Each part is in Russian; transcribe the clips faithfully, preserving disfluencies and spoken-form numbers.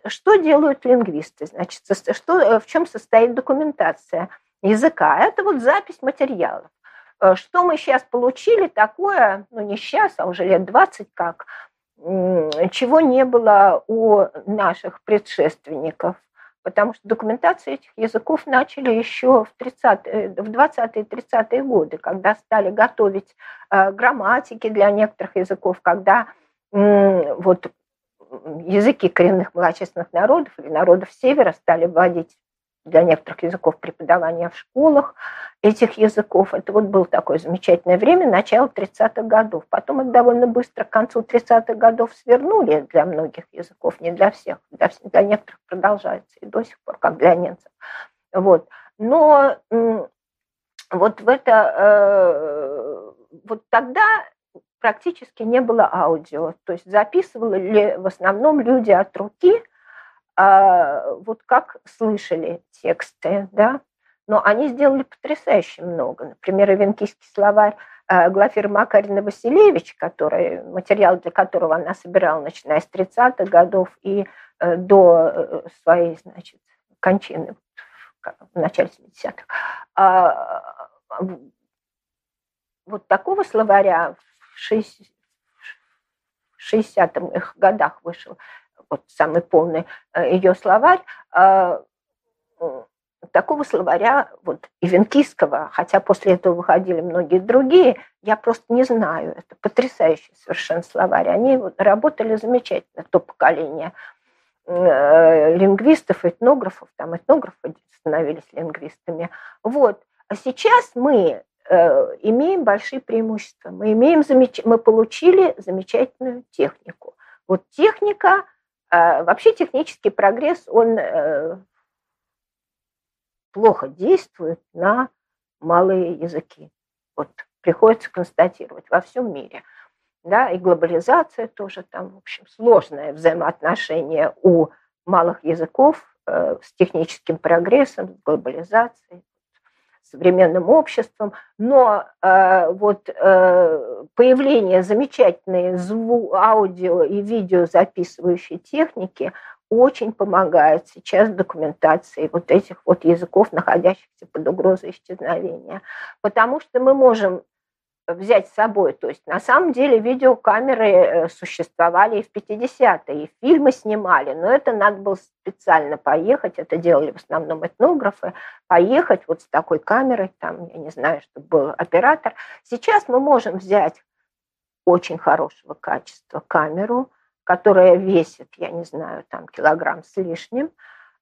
что делают лингвисты? Значит, что, в чем состоит документация языка? Это вот запись материалов. Что мы сейчас получили такое, ну не сейчас, а уже лет двадцать как, чего не было у наших предшественников. Потому что документацию этих языков начали еще в, тридцатые, в двадцатые-тридцатые годы, когда стали готовить грамматики для некоторых языков, когда вот языки коренных малочисленных народов или народов Севера стали вводить для некоторых языков преподавания в школах этих языков. Это вот было такое замечательное время, начало тридцатых годов. Потом это довольно быстро к концу тридцатых годов свернули для многих языков, не для всех. Для, для некоторых продолжается и до сих пор, как для немцев. Вот. Но вот в это, вот тогда практически не было аудио. То есть записывали в основном люди от руки, вот как слышали тексты, да, но они сделали потрясающе много. Например, Эвенкийский словарь Глафиры Макарьевны Василевич, который, материал для которого она собирала, начиная с тридцатых годов и до своей, значит, кончины в начале семидесятых. Вот такого словаря в шестидесятых годах вышел, вот самый полный ее словарь, такого словаря, вот Эвенкийского, хотя после этого выходили многие другие, я просто не знаю. Это потрясающий совершенно словарь. Они вот работали замечательно, то поколение лингвистов, этнографов, там этнографы становились лингвистами. Вот. А сейчас мы имеем большие преимущества. Мы, имеем замеч... мы получили замечательную технику. Вот техника, вообще технический прогресс, он плохо действует на малые языки. Вот приходится констатировать во всем мире. Да, и глобализация тоже там, в общем, сложное взаимоотношение у малых языков с техническим прогрессом, с глобализацией, современным обществом, но э, вот э, появление замечательной зву- аудио и видео записывающей техники очень помогает сейчас документации вот этих вот языков, находящихся под угрозой исчезновения. Потому что мы можем взять с собой, то есть на самом деле видеокамеры существовали и в пятидесятые, и фильмы снимали, но это надо было специально поехать, это делали в основном этнографы, поехать вот с такой камерой, там, я не знаю, чтобы был оператор. Сейчас мы можем взять очень хорошего качества камеру, которая весит, я не знаю, там килограмм с лишним,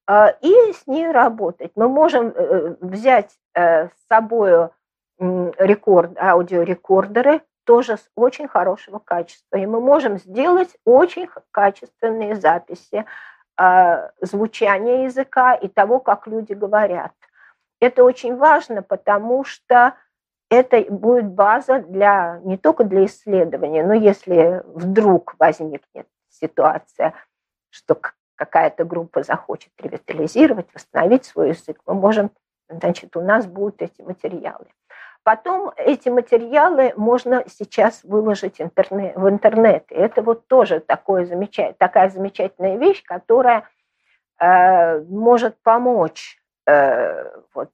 и с ней работать. Мы можем взять с собой рекорд, аудиорекордеры, тоже с очень хорошего качества. И мы можем сделать очень качественные записи э, звучания языка и того, как люди говорят. Это очень важно, потому что это будет база для, не только для исследования, но если вдруг возникнет ситуация, что какая-то группа захочет ревитализировать, восстановить свой язык, мы можем, значит, у нас будут эти материалы. Потом эти материалы можно сейчас выложить интернет, в интернет. И это вот тоже такое замечательное, такая замечательная вещь, которая э, может помочь э, вот,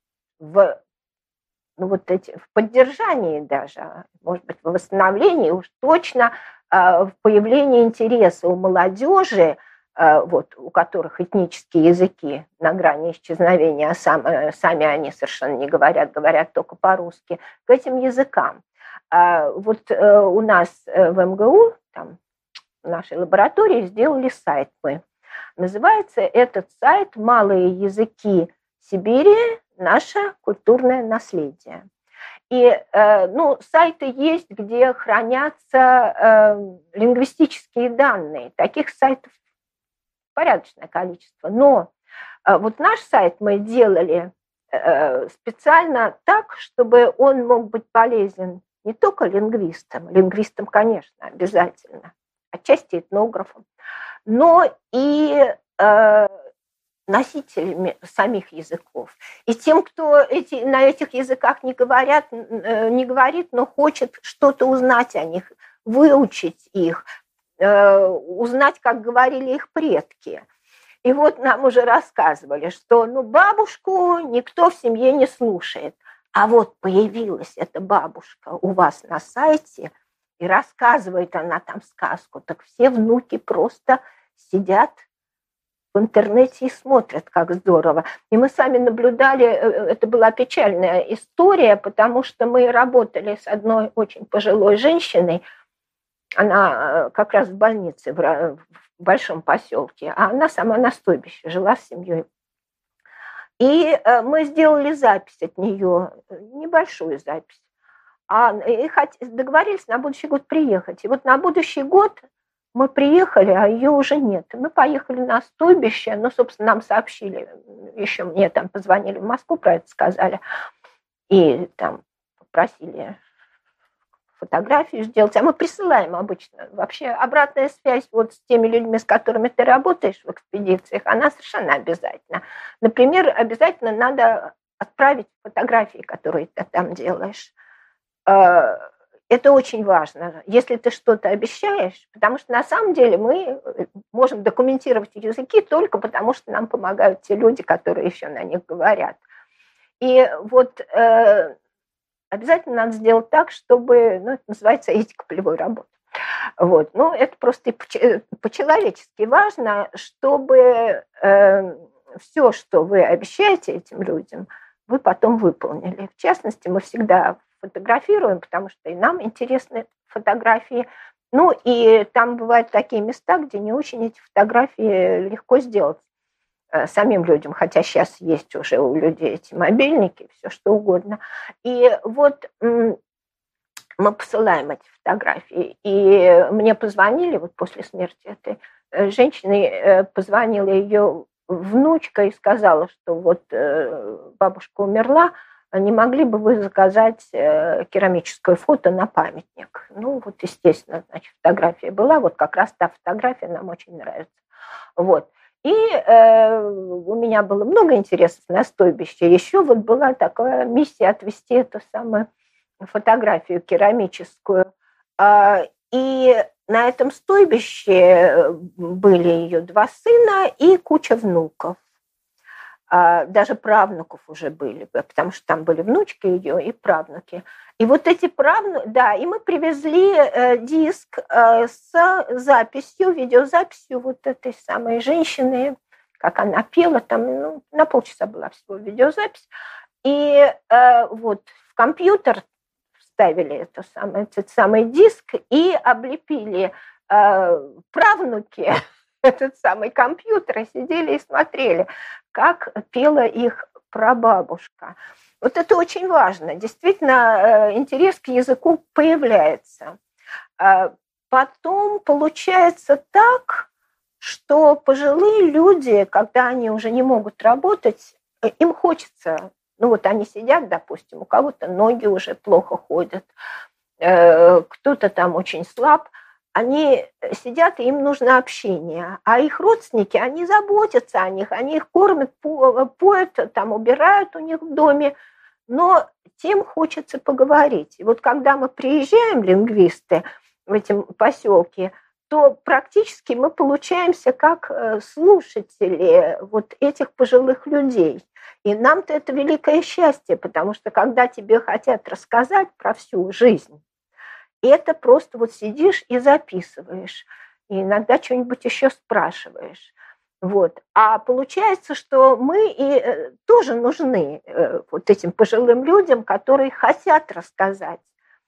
в, ну, вот эти, в поддержании даже, может быть, в восстановлении, уж точно э, в появлении интереса у молодежи, вот, у которых этнические языки на грани исчезновения, а сам, сами они совершенно не говорят, говорят только по-русски, к этим языкам. Вот у нас в эм гэ у, там, в нашей лаборатории, сделали сайт мы. Называется этот сайт «Малые языки Сибири. Наше культурное наследие». И ну, сайты есть, где хранятся лингвистические данные. Таких сайтов порядочное количество. Но вот наш сайт мы делали специально так, чтобы он мог быть полезен не только лингвистам, лингвистам, конечно, обязательно, отчасти этнографам, но и носителями самих языков. И тем, кто эти, на этих языках не, говорят, не говорит, но хочет что-то узнать о них, выучить их, узнать, как говорили их предки. И вот нам уже рассказывали, что ну, бабушку никто в семье не слушает. А вот появилась эта бабушка у вас на сайте, и рассказывает она там сказку, так все внуки просто сидят в интернете и смотрят, как здорово. И мы сами наблюдали, это была печальная история, потому что мы работали с одной очень пожилой женщиной, она как раз в больнице в большом поселке, а она сама на стойбище жила с семьей. И мы сделали запись от нее, небольшую запись. А, и договорились на будущий год приехать. И вот на будущий год мы приехали, а ее уже нет. И мы поехали на стойбище, ну, собственно, нам сообщили, еще мне там позвонили в Москву, про это сказали, и там попросили фотографию сделать, а мы присылаем обычно. Вообще обратная связь вот с теми людьми, с которыми ты работаешь в экспедициях, она совершенно обязательна. Например, обязательно надо отправить фотографии, которые ты там делаешь. Это очень важно, если ты что-то обещаешь, потому что на самом деле мы можем документировать языки только потому, что нам помогают те люди, которые еще на них говорят. И вот э, обязательно надо сделать так, чтобы, ну, это называется этика полевой работы. Вот. Ну, это просто по-человечески важно, чтобы э, все, что вы обещаете этим людям, вы потом выполнили. В частности, мы всегда фотографируем, потому что и нам интересны фотографии. Ну, и там бывают такие места, где не очень эти фотографии легко сделать э, самим людям, хотя сейчас есть уже у людей эти мобильники, все что угодно. И вот м- мы посылаем эти фотографии. И мне позвонили, вот после смерти этой женщины, э, позвонила ее внучка и сказала, что вот э, бабушка умерла, не могли бы вы заказать э, керамическое фото на памятник? Ну, вот, естественно, значит, фотография была, вот как раз та фотография нам очень нравится. Вот. И э, у меня было много интересов на стойбище. Еще вот была такая миссия отвезти эту самую фотографию керамическую. И на этом стойбище были ее два сына и куча внуков. Даже правнуков уже были, потому что там были внучки ее и правнуки. И вот эти правнуки, да, и мы привезли э, диск э, с записью, видеозаписью вот этой самой женщины, как она пела, там ну, на полчаса была всего видеозапись. И э, вот в компьютер вставили это самое, этот самый диск и облепили э, правнуки этот самый компьютер и сидели и смотрели, как пела их прабабушка. Вот это очень важно. Действительно, интерес к языку появляется. Потом получается так, что пожилые люди, когда они уже не могут работать, им хочется, ну вот они сидят, допустим, у кого-то ноги уже плохо ходят, кто-то там очень слаб, они сидят, и им нужно общение. А их родственники, они заботятся о них, они их кормят, поют, там, убирают у них в доме, но тем хочется поговорить. И вот когда мы приезжаем, лингвисты, в этом поселке, то практически мы получаемся как слушатели вот этих пожилых людей. И нам-то это великое счастье, потому что когда тебе хотят рассказать про всю жизнь, это просто вот сидишь и записываешь, и иногда что-нибудь еще спрашиваешь. Вот. А получается, что мы и тоже нужны вот этим пожилым людям, которые хотят рассказать.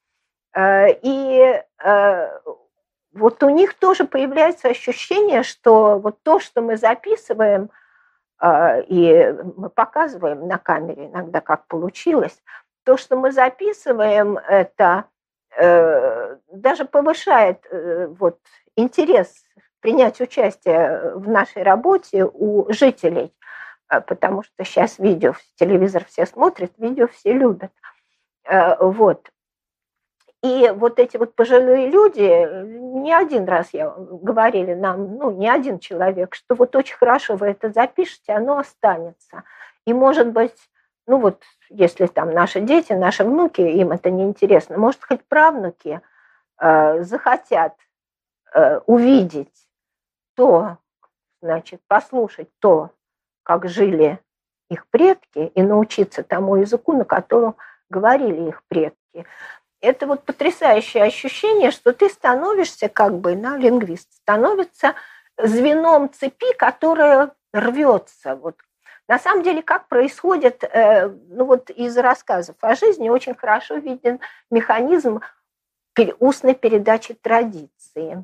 И вот у них тоже появляется ощущение, что вот то, что мы записываем, и мы показываем на камере иногда, как получилось, то, что мы записываем, это даже повышает вот, интерес принять участие в нашей работе у жителей, потому что сейчас видео, телевизор все смотрят, видео все любят. Вот. И вот эти вот пожилые люди, не один раз я говорили нам, ну, не один человек, что вот очень хорошо вы это запишете, оно останется. И, может быть, ну вот, если там наши дети, наши внуки, им это неинтересно, может, хоть правнуки э, захотят э, увидеть то, значит, послушать то, как жили их предки, и научиться тому языку, на котором говорили их предки. Это вот потрясающее ощущение, что ты становишься как бы, на лингвист, становится звеном цепи, которая рвется. Вот. На самом деле, как происходит, ну вот из рассказов о жизни очень хорошо виден механизм устной передачи традиции.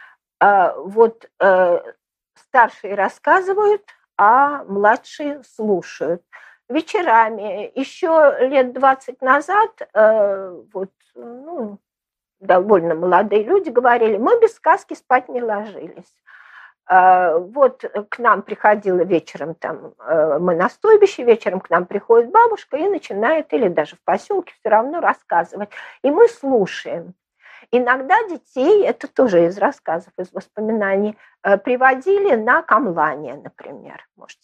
Вот старшие рассказывают, а младшие слушают. Вечерами, еще лет двадцать назад, вот, ну, довольно молодые люди говорили, мы без сказки спать не ложились. Вот к нам приходила вечером, там, мы на стойбище, вечером к нам приходит бабушка и начинает, или даже в поселке все равно рассказывать. И мы слушаем. Иногда детей, это тоже из рассказов, из воспоминаний, приводили на камлание, например, можете.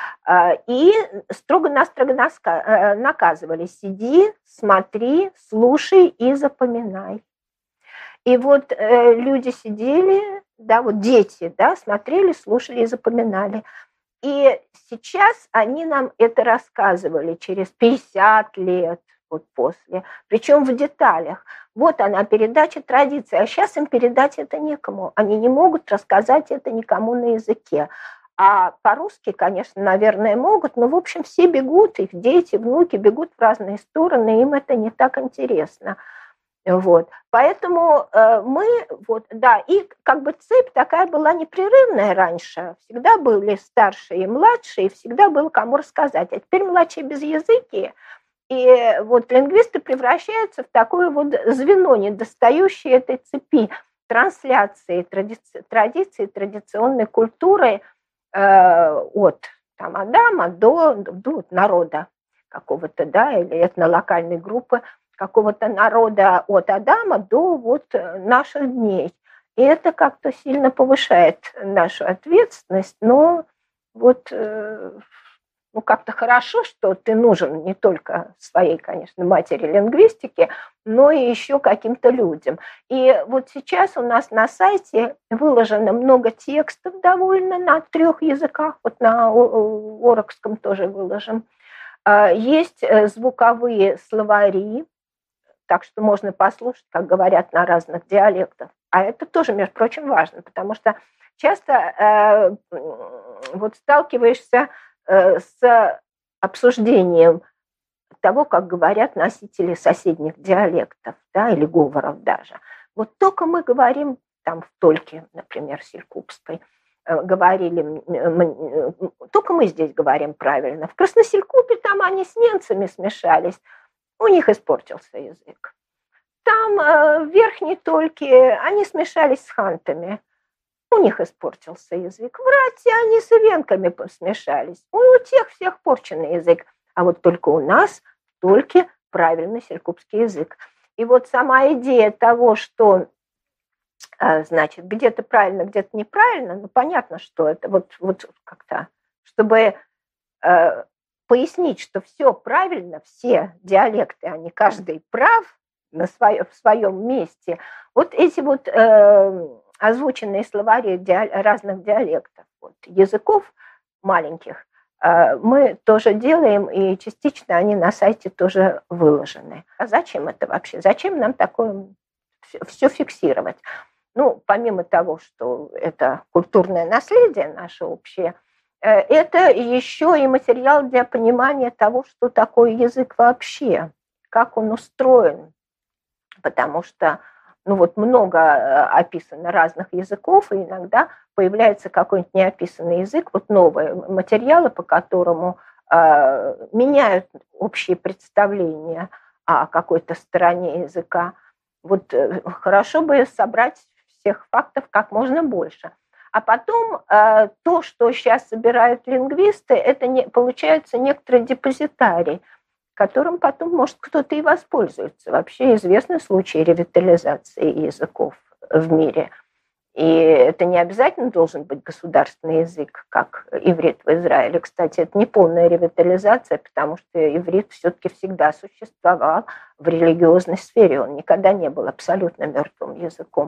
И строго-настрого наказывали: сиди, смотри, слушай и запоминай. И вот э, люди сидели, да, вот дети, да, смотрели, слушали и запоминали. И сейчас они нам это рассказывали через пятьдесят лет, вот после, причем в деталях. Вот она, передача традиции, а сейчас им передать это некому. Они не могут рассказать это никому на языке. А по-русски, конечно, наверное, могут, но, в общем, все бегут, их дети, внуки бегут в разные стороны, им это не так интересно. Вот. Поэтому э, мы, вот, да, и как бы цепь такая была непрерывная раньше. Всегда были старшие и младшие, всегда было кому рассказать. А теперь младшие безязыкие. И вот лингвисты превращаются в такое вот звено, недостающее этой цепи трансляции традиции, традиции традиционной культуры э, от там, Адама до, до народа какого-то, да, или этнолокальной группы какого-то народа от Адама до вот наших дней. И это как-то сильно повышает нашу ответственность, но вот ну, как-то хорошо, что ты нужен не только своей, конечно, матери лингвистики, но и еще каким-то людям. И вот сейчас у нас на сайте выложено много текстов довольно на трех языках, вот на орокском тоже выложим. Есть звуковые словари, так что можно послушать, как говорят на разных диалектах. А это тоже, между прочим, важно, потому что часто э, вот сталкиваешься э, с обсуждением того, как говорят носители соседних диалектов, да, или говоров даже. Вот только мы говорим там в Тольке, например, Селькупской, э, говорили, мы, только мы здесь говорим правильно. В Красноселькупе там они с немцами смешались. У них испортился язык. Там э, в Верхней Тольке они смешались с хантами. У них испортился язык. В Рате они с ивенками смешались. У тех всех порченный язык. А вот только у нас в Тольке правильный селькупский язык. И вот сама идея того, что э, значит, где-то правильно, где-то неправильно, ну понятно, что это вот, вот как-то, чтобы... Э, пояснить, что все правильно, все диалекты, они каждый прав на свое, в своем месте. Вот эти вот э, озвученные словари диаль, разных диалектов, вот, языков маленьких, э, мы тоже делаем, и частично они на сайте тоже выложены. А зачем это вообще? Зачем нам такое все, все фиксировать? Ну, помимо того, что это культурное наследие наше общее, это еще и материал для понимания того, что такое язык вообще, как он устроен. Потому что ну вот много описано разных языков, и иногда появляется какой-нибудь неописанный язык, вот новые материалы, по которому э, меняют общие представления о какой-то стороне языка. Вот э, хорошо бы собрать всех фактов как можно больше. А потом э, то, что сейчас собирают лингвисты, это не, получается некоторый депозитарий, которым потом, может, кто-то и воспользуется. Вообще известны случаи ревитализации языков в мире. И это не обязательно должен быть государственный язык, как иврит в Израиле. Кстати, это не полная ревитализация, потому что иврит все-таки всегда существовал в религиозной сфере. Он никогда не был абсолютно мертвым языком.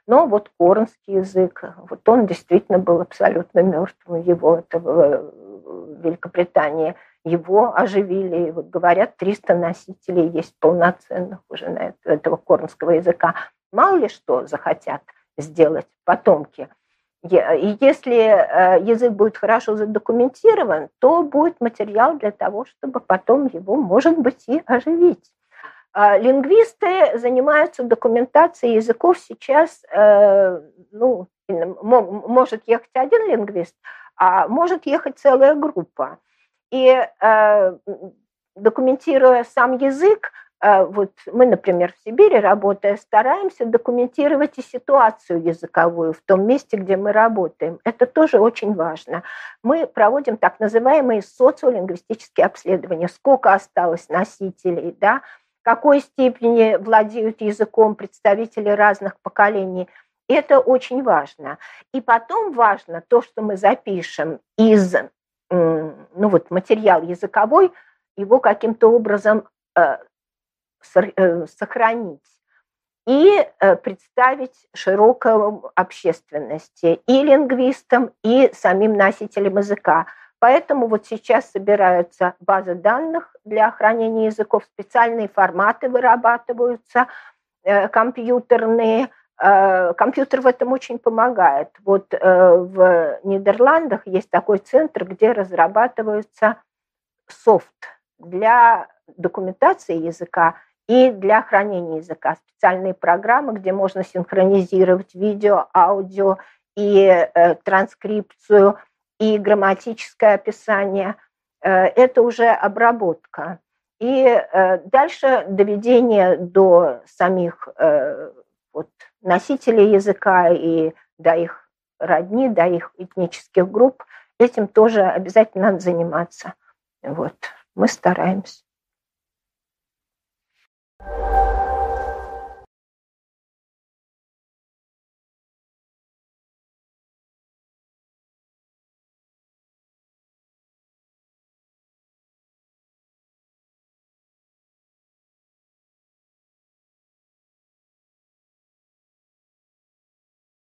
Но вот корнский язык, вот он действительно был абсолютно мертвым. Его это в Великобритании его оживили. Вот говорят, триста носителей есть полноценных уже на это, этого корнского языка. Мало ли что захотят сделать потомки. И если язык будет хорошо задокументирован, то будет материал для того, чтобы потом его, может быть, и оживить. Лингвисты занимаются документацией языков сейчас, ну, может ехать один лингвист, а может ехать целая группа. И документируя сам язык, вот мы, например, в Сибири, работая, стараемся документировать и ситуацию языковую в том месте, где мы работаем. Это тоже очень важно. Мы проводим так называемые социолингвистические обследования. Сколько осталось носителей, да, в какой степени владеют языком представители разных поколений. Это очень важно. И потом важно то, что мы запишем из, ну вот, материал языковой, его каким-то образом сохранить и представить широкой общественности, и лингвистам, и самим носителям языка. Поэтому вот сейчас собираются базы данных для хранения языков, специальные форматы вырабатываются, компьютерные. Компьютер в этом очень помогает. Вот в Нидерландах есть такой центр, где разрабатывается софт для документации языка и для хранения языка. Специальные программы, где можно синхронизировать видео, аудио и э, транскрипцию, и грамматическое описание. Э, это уже обработка. И э, дальше доведение до самих э, вот, носителей языка и до их родни, до их этнических групп. Этим тоже обязательно надо заниматься. Вот. Мы стараемся.